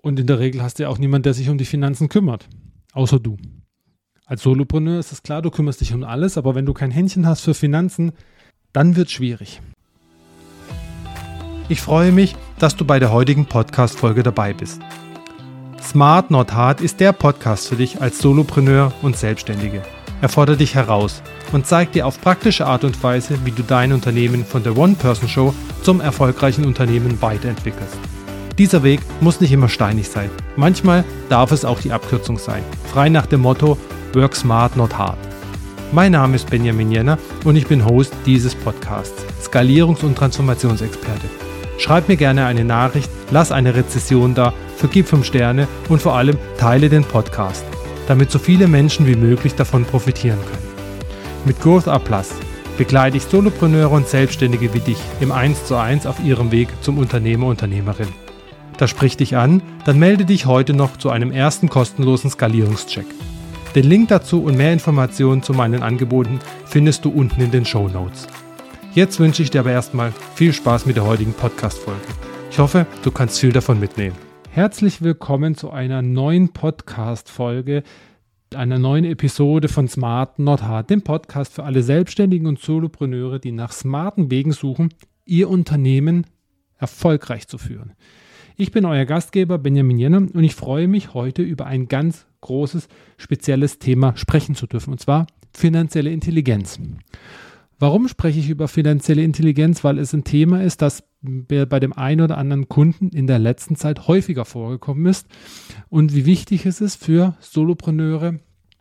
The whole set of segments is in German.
Und in der Regel hast du ja auch niemanden, der sich um die Finanzen kümmert, außer du. Als Solopreneur ist es klar, du kümmerst dich um alles, aber wenn du kein Händchen hast für Finanzen, dann wird es schwierig. Ich freue mich, dass du bei der heutigen Podcast-Folge dabei bist. Smart Not Hard ist der Podcast für dich als Solopreneur und Selbstständige. Er fordert dich heraus und zeigt dir auf praktische Art und Weise, wie du dein Unternehmen von der One-Person-Show zum erfolgreichen Unternehmen weiterentwickelst. Dieser Weg muss nicht immer steinig sein. Manchmal darf es auch die Abkürzung sein. Frei nach dem Motto Work Smart Not Hard. Mein Name ist Benjamin Jenner und ich bin Host dieses Podcasts, Skalierungs- und Transformationsexperte. Schreib mir gerne eine Nachricht, lass eine Rezession da, vergib 5 Sterne und vor allem teile den Podcast, damit so viele Menschen wie möglich davon profitieren können. Mit Growth A+ begleite ich Solopreneure und Selbstständige wie dich im 1:1 auf ihrem Weg zum Unternehmer/Unternehmerin. Das spricht dich an, dann melde dich heute noch zu einem ersten kostenlosen Skalierungscheck. Den Link dazu und mehr Informationen zu meinen Angeboten findest du unten in den Shownotes. Jetzt wünsche ich dir aber erstmal viel Spaß mit der heutigen Podcast-Folge. Ich hoffe, du kannst viel davon mitnehmen. Herzlich willkommen zu einer neuen Podcast-Folge, einer neuen Episode von Smart Not Hard, dem Podcast für alle Selbstständigen und Solopreneure, die nach smarten Wegen suchen, ihr Unternehmen erfolgreich zu führen. Ich bin euer Gastgeber Benjamin Jenner und ich freue mich, heute über ein ganz großes, spezielles Thema sprechen zu dürfen, und zwar finanzielle Intelligenz. Warum spreche ich über finanzielle Intelligenz? Weil es ein Thema ist, das bei dem einen oder anderen Kunden in der letzten Zeit häufiger vorgekommen ist und wie wichtig es ist für Solopreneure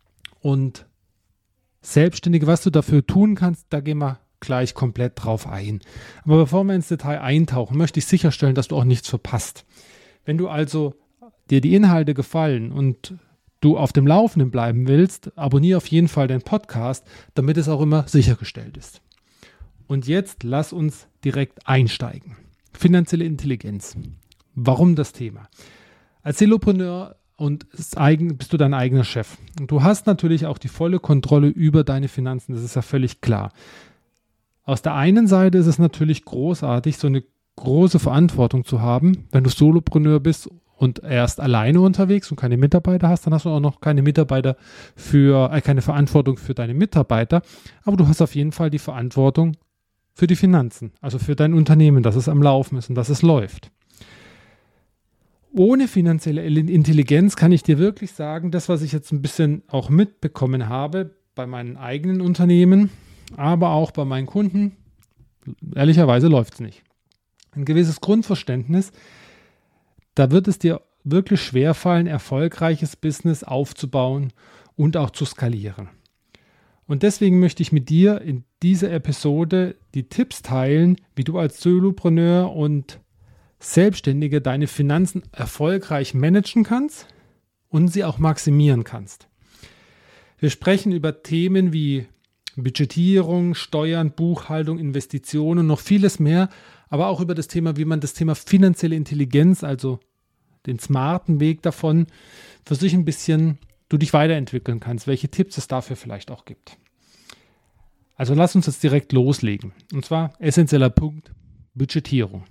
und Selbstständige, was du dafür tun kannst, da gehen wir gleich komplett drauf ein. Aber bevor wir ins Detail eintauchen, möchte ich sicherstellen, dass du auch nichts verpasst. Wenn du also dir die Inhalte gefallen und du auf dem Laufenden bleiben willst, abonniere auf jeden Fall den Podcast, damit es auch immer sichergestellt ist. Und jetzt lass uns direkt einsteigen. Finanzielle Intelligenz. Warum das Thema? Als Solopreneur bist du dein eigener Chef. Und du hast natürlich auch die volle Kontrolle über deine Finanzen, das ist ja völlig klar. Aus der einen Seite ist es natürlich großartig, so eine große Verantwortung zu haben. Wenn du Solopreneur bist und erst alleine unterwegs und keine Mitarbeiter hast, dann hast du auch noch keine Verantwortung für deine Mitarbeiter. Aber du hast auf jeden Fall die Verantwortung für die Finanzen, also für dein Unternehmen, dass es am Laufen ist und dass es läuft. Ohne finanzielle Intelligenz kann ich dir wirklich sagen, das, was ich jetzt ein bisschen auch mitbekommen habe bei meinen eigenen Unternehmen, aber auch bei meinen Kunden, ehrlicherweise läuft es nicht. Ein gewisses Grundverständnis, da wird es dir wirklich schwerfallen, erfolgreiches Business aufzubauen und auch zu skalieren. Und deswegen möchte ich mit dir in dieser Episode die Tipps teilen, wie du als Solopreneur und Selbstständige deine Finanzen erfolgreich managen kannst und sie auch maximieren kannst. Wir sprechen über Themen wie Budgetierung, Steuern, Buchhaltung, Investitionen und noch vieles mehr, aber auch über das Thema, wie man das Thema finanzielle Intelligenz, also den smarten Weg davon, für sich ein bisschen du dich weiterentwickeln kannst, welche Tipps es dafür vielleicht auch gibt. Also lass uns jetzt direkt loslegen. Und zwar essentieller Punkt, Budgetierung.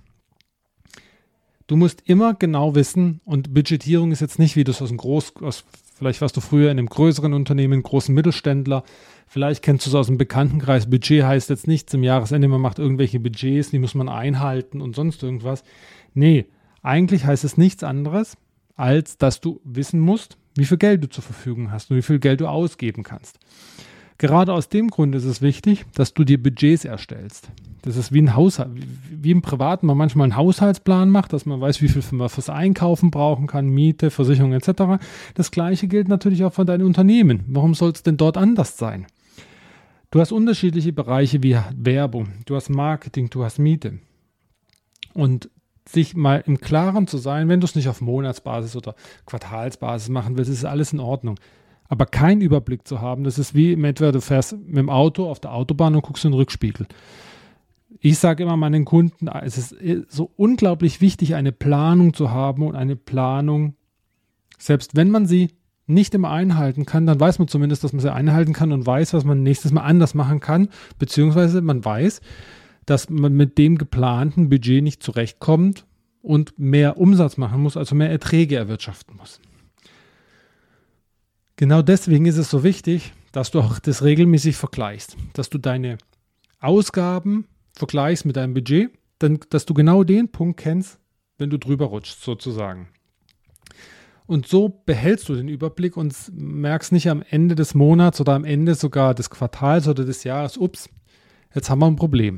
Du musst immer genau wissen, und Budgetierung ist jetzt nicht, wie du es vielleicht warst du früher in einem größeren Unternehmen, großen Mittelständler, vielleicht kennst du es aus dem Bekanntenkreis. Budget heißt jetzt nicht zum Jahresende, man macht irgendwelche Budgets, die muss man einhalten und sonst irgendwas. Nee, eigentlich heißt es nichts anderes, als dass du wissen musst, wie viel Geld du zur Verfügung hast und wie viel Geld du ausgeben kannst. Gerade aus dem Grund ist es wichtig, dass du dir Budgets erstellst. Das ist wie ein Haushalt, wie im Privaten man manchmal einen Haushaltsplan macht, dass man weiß, wie viel man fürs Einkaufen brauchen kann, Miete, Versicherung etc. Das Gleiche gilt natürlich auch für dein Unternehmen. Warum soll es denn dort anders sein? Du hast unterschiedliche Bereiche wie Werbung, du hast Marketing, du hast Miete. Und sich mal im Klaren zu sein, wenn du es nicht auf Monatsbasis oder Quartalsbasis machen willst, ist alles in Ordnung. Aber keinen Überblick zu haben, das ist wie entweder du fährst mit dem Auto auf der Autobahn und guckst in den Rückspiegel. Ich sage immer meinen Kunden, es ist so unglaublich wichtig, eine Planung zu haben, und eine Planung, selbst wenn man sie nicht immer einhalten kann, dann weiß man zumindest, dass man sie einhalten kann und weiß, was man nächstes Mal anders machen kann, beziehungsweise man weiß, dass man mit dem geplanten Budget nicht zurechtkommt und mehr Umsatz machen muss, also mehr Erträge erwirtschaften muss. Genau deswegen ist es so wichtig, dass du auch das regelmäßig vergleichst, dass du deine Ausgaben vergleichst mit deinem Budget, dass du genau den Punkt kennst, wenn du drüber rutschst sozusagen. Und so behältst du den Überblick und merkst nicht am Ende des Monats oder am Ende sogar des Quartals oder des Jahres, ups, jetzt haben wir ein Problem.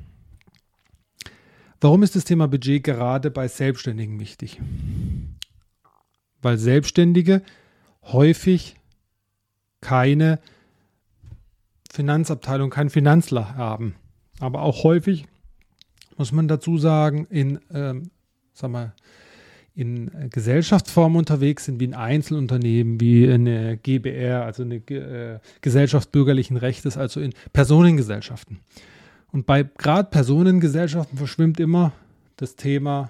Warum ist das Thema Budget gerade bei Selbstständigen wichtig? Weil Selbstständige häufig keine Finanzabteilung, keinen Finanzler haben. Aber auch häufig, muss man dazu sagen, in Gesellschaftsformen unterwegs sind, wie ein Einzelunternehmen, wie eine GbR, also eine Gesellschaft bürgerlichen Rechtes, also in Personengesellschaften. Und bei gerade Personengesellschaften verschwimmt immer das Thema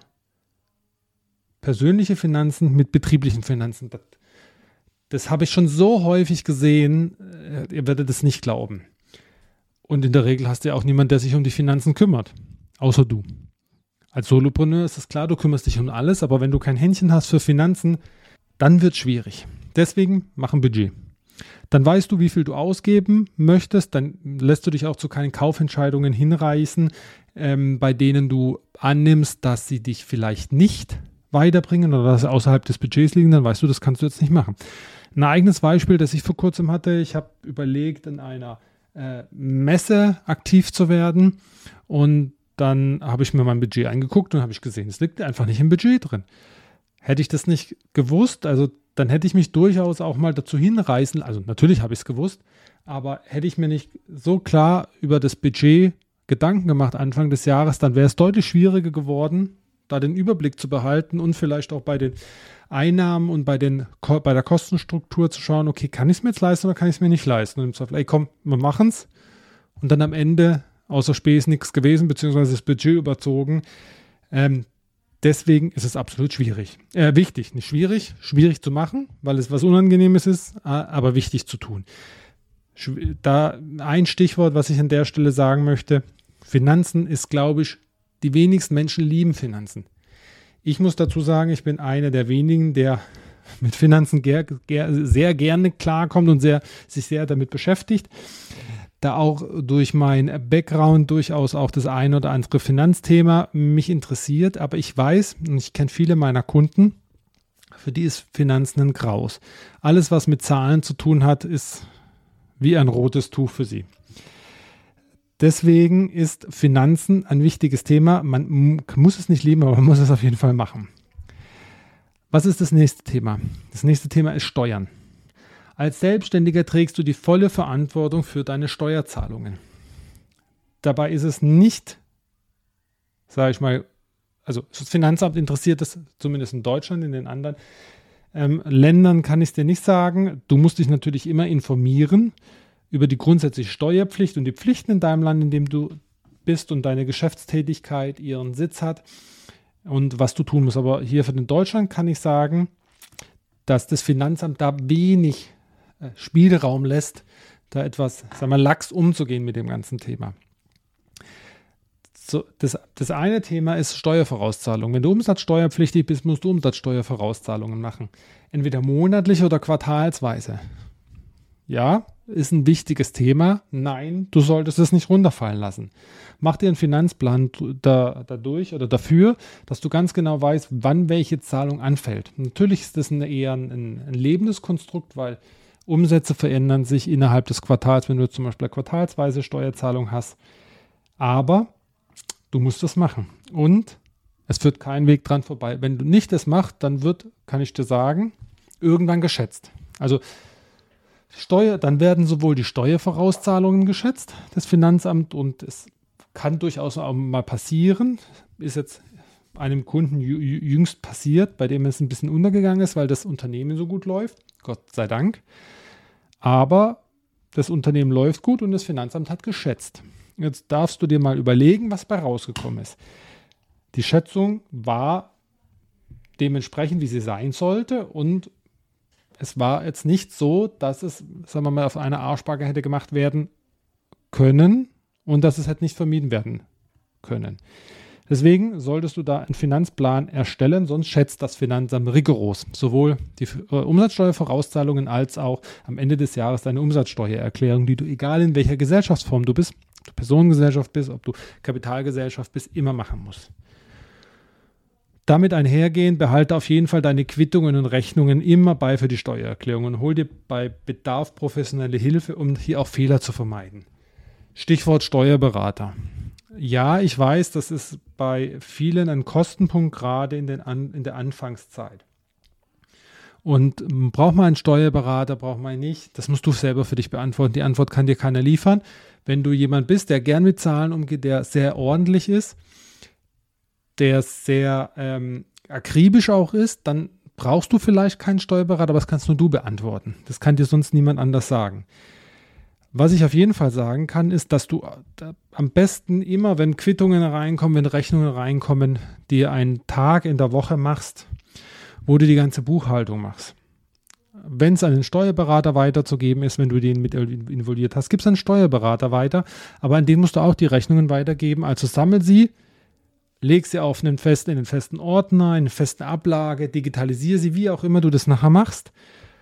persönliche Finanzen mit betrieblichen Finanzen. Das habe ich schon so häufig gesehen, ihr werdet es nicht glauben. Und in der Regel hast du ja auch niemanden, der sich um die Finanzen kümmert, außer du. Als Solopreneur ist es klar, du kümmerst dich um alles, aber wenn du kein Händchen hast für Finanzen, dann wird es schwierig. Deswegen mach ein Budget. Dann weißt du, wie viel du ausgeben möchtest, dann lässt du dich auch zu keinen Kaufentscheidungen hinreißen, bei denen du annimmst, dass sie dich vielleicht nicht weiterbringen oder dass sie außerhalb des Budgets liegen, dann weißt du, das kannst du jetzt nicht machen. Ein eigenes Beispiel, das ich vor kurzem hatte, ich habe überlegt, in einer Messe aktiv zu werden und dann habe ich mir mein Budget angeguckt und habe ich gesehen, es liegt einfach nicht im Budget drin. Hätte ich das nicht gewusst, also dann hätte ich mich durchaus auch mal dazu hinreißen, also natürlich habe ich es gewusst, aber hätte ich mir nicht so klar über das Budget Gedanken gemacht Anfang des Jahres, dann wäre es deutlich schwieriger geworden, da den Überblick zu behalten und vielleicht auch bei den Einnahmen und bei der Kostenstruktur zu schauen, okay, kann ich es mir jetzt leisten oder kann ich es mir nicht leisten? Und im Zweifel, ey komm, wir machen es. Und dann am Ende außer Späß nichts gewesen, beziehungsweise das Budget überzogen. Deswegen ist es absolut wichtig, nicht schwierig zu machen, weil es was Unangenehmes ist, aber wichtig zu tun. Da ein Stichwort, was ich an der Stelle sagen möchte, Finanzen ist, glaube ich, die wenigsten Menschen lieben Finanzen. Ich muss dazu sagen, ich bin einer der wenigen, der mit Finanzen sehr gerne klarkommt und sich sehr damit beschäftigt. Da auch durch mein Background durchaus auch das ein oder andere Finanzthema mich interessiert. Aber ich weiß, und ich kenne viele meiner Kunden, für die ist Finanzen ein Graus. Alles, was mit Zahlen zu tun hat, ist wie ein rotes Tuch für sie. Deswegen ist Finanzen ein wichtiges Thema. Man muss es nicht lieben, aber man muss es auf jeden Fall machen. Was ist das nächste Thema? Das nächste Thema ist Steuern. Als Selbstständiger trägst du die volle Verantwortung für deine Steuerzahlungen. Dabei ist es nicht, sage ich mal, also das Finanzamt interessiert es zumindest in Deutschland, in den anderen Ländern kann ich es dir nicht sagen. Du musst dich natürlich immer informieren über die grundsätzliche Steuerpflicht und die Pflichten in deinem Land, in dem du bist und deine Geschäftstätigkeit ihren Sitz hat und was du tun musst. Aber hier für den Deutschland kann ich sagen, dass das Finanzamt da wenig Spielraum lässt, da etwas, lax umzugehen mit dem ganzen Thema. So, das eine Thema ist Steuervorauszahlung. Wenn du umsatzsteuerpflichtig bist, musst du Umsatzsteuervorauszahlungen machen. Entweder monatlich oder quartalsweise. Ja, ist ein wichtiges Thema. Nein, du solltest es nicht runterfallen lassen. Mach dir einen Finanzplan dadurch oder dafür, dass du ganz genau weißt, wann welche Zahlung anfällt. Natürlich ist das eher ein lebendes Konstrukt, weil Umsätze verändern sich innerhalb des Quartals, wenn du zum Beispiel eine quartalsweise Steuerzahlung hast. Aber du musst das machen. Und es führt kein Weg dran vorbei. Wenn du nicht das machst, dann wird, kann ich dir sagen, irgendwann geschätzt. Also dann werden sowohl die Steuervorauszahlungen geschätzt, das Finanzamt, und es kann durchaus auch mal passieren, ist jetzt einem Kunden jüngst passiert, bei dem es ein bisschen untergegangen ist, weil das Unternehmen so gut läuft, Gott sei Dank. Aber das Unternehmen läuft gut und das Finanzamt hat geschätzt. Jetzt darfst du dir mal überlegen, was bei rausgekommen ist. Die Schätzung war dementsprechend, wie sie sein sollte, und es war jetzt nicht so, dass es, sagen wir mal, auf einer Arschbacke hätte gemacht werden können und dass es hätte nicht vermieden werden können. Deswegen solltest du da einen Finanzplan erstellen, sonst schätzt das Finanzamt rigoros. Sowohl die Umsatzsteuervorauszahlungen als auch am Ende des Jahres deine Umsatzsteuererklärung, die du, egal in welcher Gesellschaftsform du bist, ob du Personengesellschaft bist, ob du Kapitalgesellschaft bist, immer machen musst. Damit einhergehend, behalte auf jeden Fall deine Quittungen und Rechnungen immer bei für die Steuererklärung und hol dir bei Bedarf professionelle Hilfe, um hier auch Fehler zu vermeiden. Stichwort Steuerberater. Ja, ich weiß, das ist bei vielen ein Kostenpunkt, gerade in der Anfangszeit. Und braucht man einen Steuerberater, braucht man ihn nicht? Das musst du selber für dich beantworten. Die Antwort kann dir keiner liefern. Wenn du jemand bist, der gern mit Zahlen umgeht, der sehr ordentlich ist, der sehr akribisch auch ist, dann brauchst du vielleicht keinen Steuerberater, aber das kannst nur du beantworten. Das kann dir sonst niemand anders sagen. Was ich auf jeden Fall sagen kann, ist, dass du am besten immer, wenn Quittungen reinkommen, wenn Rechnungen reinkommen, dir einen Tag in der Woche machst, wo du die ganze Buchhaltung machst. Wenn es an den Steuerberater weiterzugeben ist, wenn du den mit involviert hast, gib es an den Steuerberater weiter, aber an den musst du auch die Rechnungen weitergeben. Also sammel sie, leg sie in einen festen Ordner, in eine feste Ablage, digitalisiere sie, wie auch immer du das nachher machst.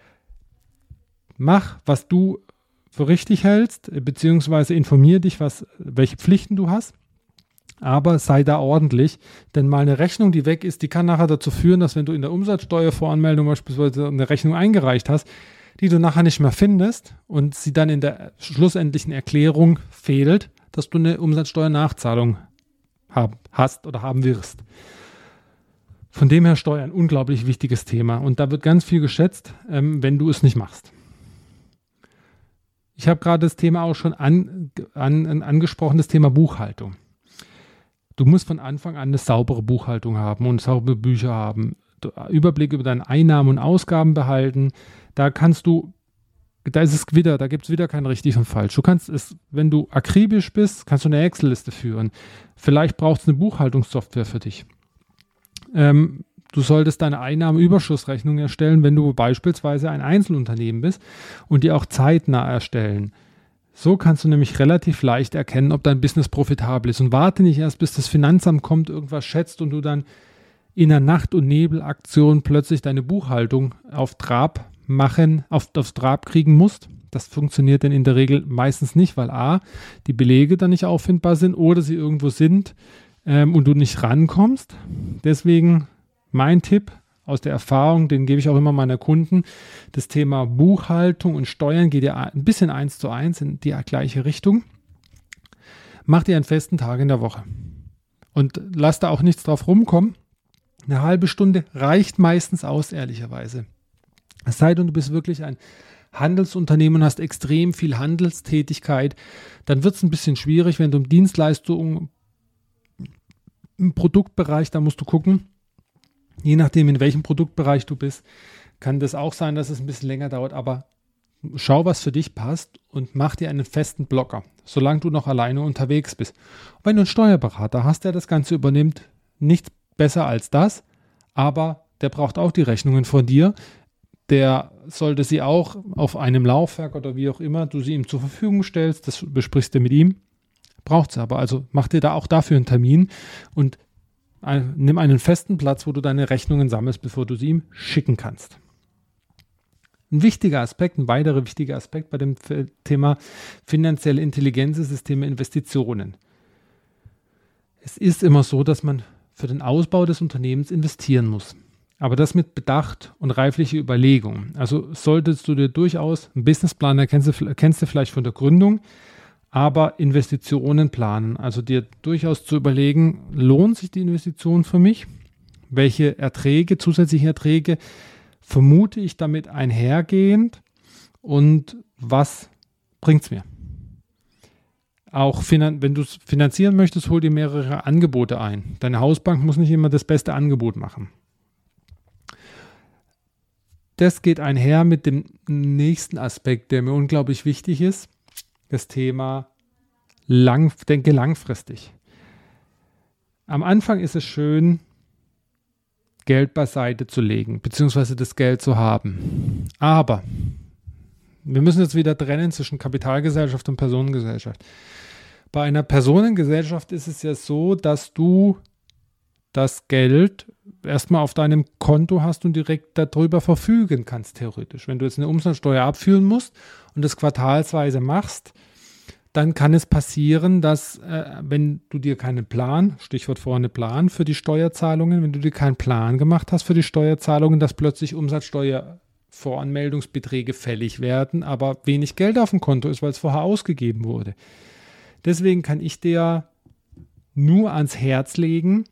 Mach, was du für richtig hältst, beziehungsweise informiere dich, welche Pflichten du hast, aber sei da ordentlich, denn mal eine Rechnung, die weg ist, die kann nachher dazu führen, dass wenn du in der Umsatzsteuervoranmeldung beispielsweise eine Rechnung eingereicht hast, die du nachher nicht mehr findest und sie dann in der schlussendlichen Erklärung fehlt, dass du eine Umsatzsteuernachzahlung hast oder haben wirst. Von dem her Steuern, unglaublich wichtiges Thema und da wird ganz viel geschätzt, wenn du es nicht machst. Ich habe gerade das Thema auch schon angesprochen, das Thema Buchhaltung. Du musst von Anfang an eine saubere Buchhaltung haben und saubere Bücher haben, Überblick über deine Einnahmen und Ausgaben behalten. Da ist es wieder, da gibt es wieder kein richtig und falsch. Du kannst es, wenn du akribisch bist, kannst du eine Excel-Liste führen. Vielleicht braucht es eine Buchhaltungssoftware für dich. Du solltest deine Einnahmenüberschussrechnung erstellen, wenn du beispielsweise ein Einzelunternehmen bist und die auch zeitnah erstellen. So kannst du nämlich relativ leicht erkennen, ob dein Business profitabel ist und warte nicht erst, bis das Finanzamt kommt, irgendwas schätzt und du dann in einer Nacht- und Nebelaktion plötzlich deine Buchhaltung aufs Trab kriegen musst. Das funktioniert denn in der Regel meistens nicht, weil a, die Belege dann nicht auffindbar sind oder sie irgendwo sind und du nicht rankommst. Deswegen mein Tipp aus der Erfahrung, den gebe ich auch immer meiner Kunden, das Thema Buchhaltung und Steuern geht ja ein bisschen 1:1 in die gleiche Richtung. Mach dir einen festen Tag in der Woche und lass da auch nichts drauf rumkommen. Eine halbe Stunde reicht meistens aus, ehrlicherweise. Es sei denn, du bist wirklich ein Handelsunternehmen und hast extrem viel Handelstätigkeit, dann wird es ein bisschen schwierig, wenn du im Dienstleistung, im Produktbereich, da musst du gucken, je nachdem, in welchem Produktbereich du bist, kann das auch sein, dass es ein bisschen länger dauert, aber schau, was für dich passt und mach dir einen festen Blocker, solange du noch alleine unterwegs bist. Und wenn du einen Steuerberater hast, der das Ganze übernimmt, nichts besser als das, aber der braucht auch die Rechnungen von dir. Der sollte sie auch auf einem Laufwerk oder wie auch immer du sie ihm zur Verfügung stellst, das besprichst du mit ihm, braucht sie aber. Also mach dir da auch dafür einen Termin und nimm einen festen Platz, wo du deine Rechnungen sammelst, bevor du sie ihm schicken kannst. Ein weiterer wichtiger Aspekt bei dem Thema finanzielle Intelligenz ist das Thema Investitionen. Es ist immer so, dass man für den Ausbau des Unternehmens investieren muss. Aber das mit Bedacht und reiflicher Überlegung. Also solltest du dir durchaus einen Businessplan, kennst du vielleicht von der Gründung, aber Investitionen planen. Also dir durchaus zu überlegen, lohnt sich die Investition für mich? Welche zusätzliche Erträge vermute ich damit einhergehend und was bringt es mir? Auch wenn du es finanzieren möchtest, hol dir mehrere Angebote ein. Deine Hausbank muss nicht immer das beste Angebot machen. Das geht einher mit dem nächsten Aspekt, der mir unglaublich wichtig ist. Das Thema denke langfristig. Am Anfang ist es schön, Geld beiseite zu legen, beziehungsweise das Geld zu haben. Aber wir müssen jetzt wieder trennen zwischen Kapitalgesellschaft und Personengesellschaft. Bei einer Personengesellschaft ist es ja so, dass du das Geld erstmal auf deinem Konto hast und direkt darüber verfügen kannst, theoretisch. Wenn du jetzt eine Umsatzsteuer abführen musst und das quartalsweise machst, dann kann es passieren, dass wenn du dir keinen Plan, Stichwort vorne Plan für die Steuerzahlungen, wenn du dir keinen Plan gemacht hast für die Steuerzahlungen, dass plötzlich Umsatzsteuervoranmeldungsbeträge fällig werden, aber wenig Geld auf dem Konto ist, weil es vorher ausgegeben wurde. Deswegen kann ich dir nur ans Herz legen,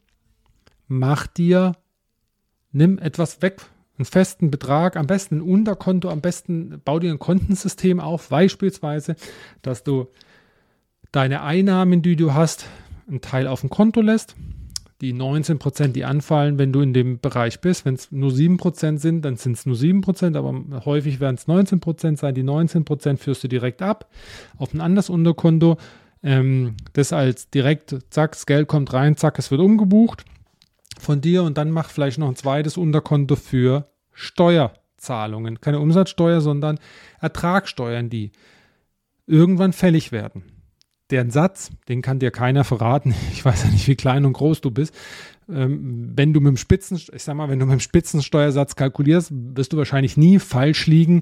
nimm etwas weg, einen festen Betrag, am besten ein Unterkonto, am besten bau dir ein Kontensystem auf, beispielsweise, dass du deine Einnahmen, die du hast, einen Teil auf dem Konto lässt, die 19%, die anfallen, wenn du in dem Bereich bist. Wenn es nur 7% sind, dann sind es nur 7%, aber häufig werden es 19% sein. Die 19% führst du direkt ab auf ein anderes Unterkonto. Das als direkt, zack, das Geld kommt rein, zack, es wird umgebucht von dir und dann mach vielleicht noch ein zweites Unterkonto für Steuerzahlungen. Keine Umsatzsteuer, sondern Ertragssteuern, die irgendwann fällig werden. Den Satz, den kann dir keiner verraten. Ich weiß ja nicht, wie klein und groß du bist. Wenn du mit dem Spitzensteuersatz kalkulierst, wirst du wahrscheinlich nie falsch liegen.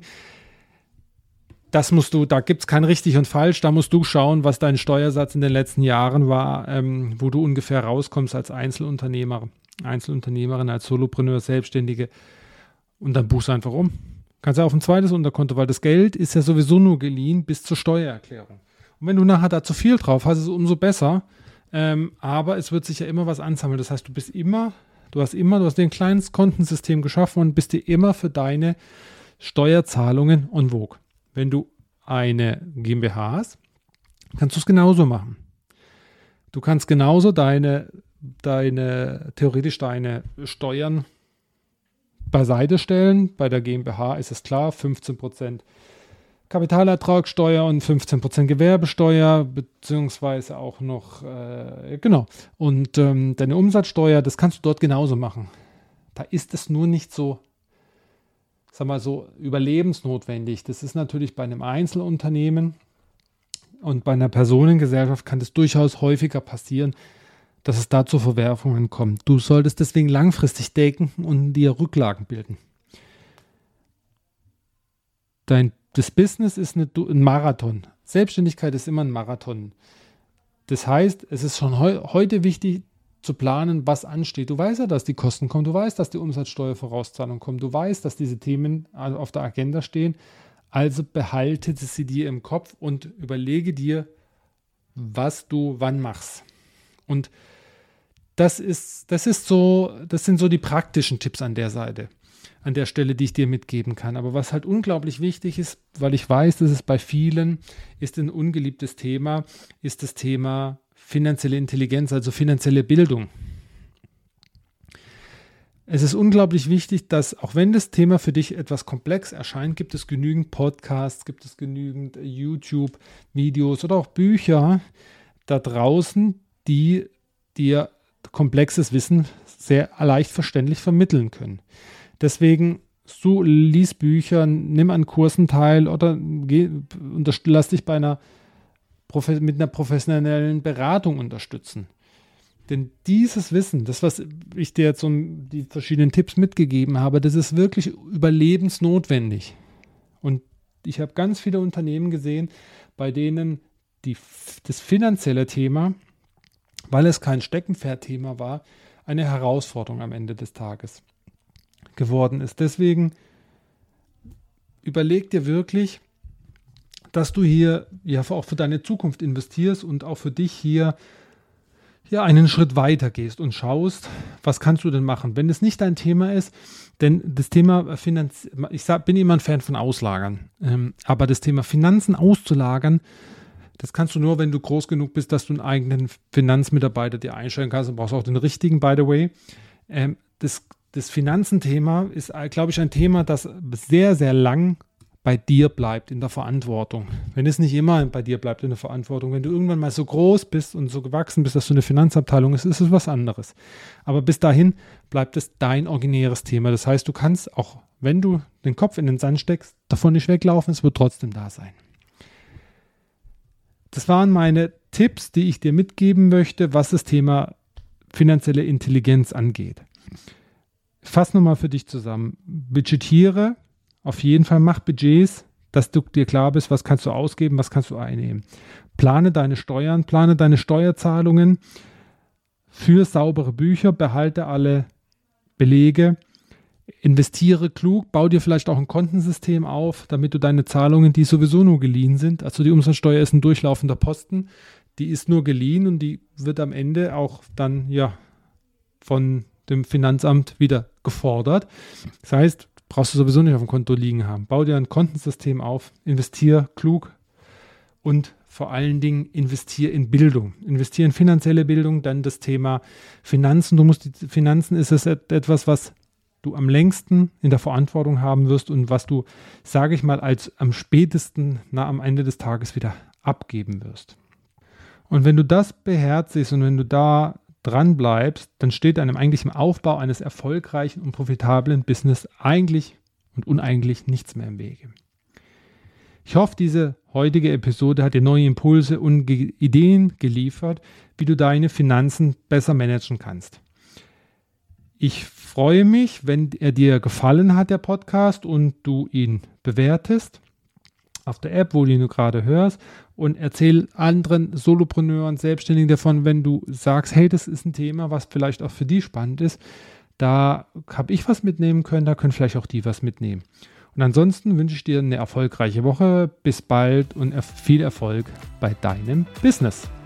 Da gibt es kein richtig und falsch. Da musst du schauen, was dein Steuersatz in den letzten Jahren war, wo du ungefähr rauskommst als Einzelunternehmerin, als Solopreneur, Selbstständige. Und dann buchst du einfach um. Kannst ja auf ein zweites Unterkonto, weil das Geld ist ja sowieso nur geliehen bis zur Steuererklärung. Und wenn du nachher da zu viel drauf hast, ist es umso besser. Aber es wird sich ja immer was ansammeln. Das heißt, du hast dir ein kleines Kontensystem geschaffen und bist dir immer für deine Steuerzahlungen en vogue. Wenn du eine GmbH hast, kannst du es genauso machen. Du kannst genauso theoretisch deine Steuern beiseite stellen. Bei der GmbH ist es klar, 15% Kapitalertragssteuer und 15% Gewerbesteuer, beziehungsweise auch noch, Und deine Umsatzsteuer, das kannst du dort genauso machen. Da ist es nur nicht so, überlebensnotwendig. Das ist natürlich bei einem Einzelunternehmen und bei einer Personengesellschaft kann das durchaus häufiger passieren, dass es da zu Verwerfungen kommt. Du solltest deswegen langfristig denken und dir Rücklagen bilden. Das Business ist ein Marathon. Selbstständigkeit ist immer ein Marathon. Das heißt, es ist schon heute wichtig zu planen, was ansteht. Du weißt ja, dass die Kosten kommen. Du weißt, dass die Umsatzsteuervorauszahlung kommt. Du weißt, dass diese Themen auf der Agenda stehen. Also behalte sie dir im Kopf und überlege dir, was du wann machst. Und das sind so die praktischen Tipps an der Seite. An der Stelle, die ich dir mitgeben kann. Aber was halt unglaublich wichtig ist, weil ich weiß, dass es bei vielen ist ein ungeliebtes Thema, ist das Thema finanzielle Intelligenz, also finanzielle Bildung. Es ist unglaublich wichtig, dass auch wenn das Thema für dich etwas komplex erscheint, gibt es genügend Podcasts, gibt es genügend YouTube-Videos oder auch Bücher da draußen, die dir komplexes Wissen sehr leicht verständlich vermitteln können. Deswegen, lies Bücher, nimm an Kursen teil oder lass dich mit einer professionellen Beratung unterstützen. Denn dieses Wissen, das, was ich dir jetzt die verschiedenen Tipps mitgegeben habe, das ist wirklich überlebensnotwendig. Und ich habe ganz viele Unternehmen gesehen, bei denen das finanzielle Thema, weil es kein Steckenpferdthema war, eine Herausforderung am Ende des Tages geworden ist. Deswegen überleg dir wirklich, dass du hier auch für deine Zukunft investierst und auch für dich hier einen Schritt weiter gehst und schaust, was kannst du denn machen, wenn es nicht dein Thema ist, denn das Thema bin immer ein Fan von Auslagern, aber das Thema Finanzen auszulagern, das kannst du nur, wenn du groß genug bist, dass du einen eigenen Finanzmitarbeiter dir einstellen kannst und brauchst auch den richtigen, by the way. Das Finanzenthema ist, glaube ich, ein Thema, das sehr, sehr lang bei dir bleibt in der Verantwortung. Wenn es nicht immer bei dir bleibt in der Verantwortung, wenn du irgendwann mal so groß bist und so gewachsen bist, dass du eine Finanzabteilung hast, ist es was anderes. Aber bis dahin bleibt es dein originäres Thema. Das heißt, du kannst auch, wenn du den Kopf in den Sand steckst, davon nicht weglaufen, es wird trotzdem da sein. Das waren meine Tipps, die ich dir mitgeben möchte, was das Thema finanzielle Intelligenz angeht. Fass nochmal für dich zusammen. Budgetiere, auf jeden Fall mach Budgets, dass du dir klar bist, was kannst du ausgeben, was kannst du einnehmen. Plane deine Steuern, plane deine Steuerzahlungen, führe saubere Bücher, behalte alle Belege, investiere klug, bau dir vielleicht auch ein Kontensystem auf, damit du deine Zahlungen, die sowieso nur geliehen sind, also die Umsatzsteuer ist ein durchlaufender Posten, die ist nur geliehen und die wird am Ende auch dann von dem Finanzamt wieder gefordert. Das heißt, brauchst du sowieso nicht auf dem Konto liegen haben. Bau dir ein Kontensystem auf, investiere klug und vor allen Dingen investiere in Bildung. Investiere in finanzielle Bildung, dann das Thema Finanzen. Finanzen ist es etwas, was du am längsten in der Verantwortung haben wirst und was du, sage ich mal, als am spätesten am Ende des Tages wieder abgeben wirst. Und wenn du das beherzigst und wenn du da dran bleibst, dann steht einem eigentlich im Aufbau eines erfolgreichen und profitablen Business eigentlich und uneigentlich nichts mehr im Wege. Ich hoffe, diese heutige Episode hat dir neue Impulse und Ideen geliefert, wie du deine Finanzen besser managen kannst. Ich freue mich, wenn er dir gefallen hat, der Podcast, und du ihn bewertest auf der App, wo du ihn gerade hörst, und erzähl anderen Solopreneuren, Selbstständigen davon, wenn du sagst, hey, das ist ein Thema, was vielleicht auch für die spannend ist. Da habe ich was mitnehmen können, da können vielleicht auch die was mitnehmen. Und ansonsten wünsche ich dir eine erfolgreiche Woche. Bis bald und viel Erfolg bei deinem Business.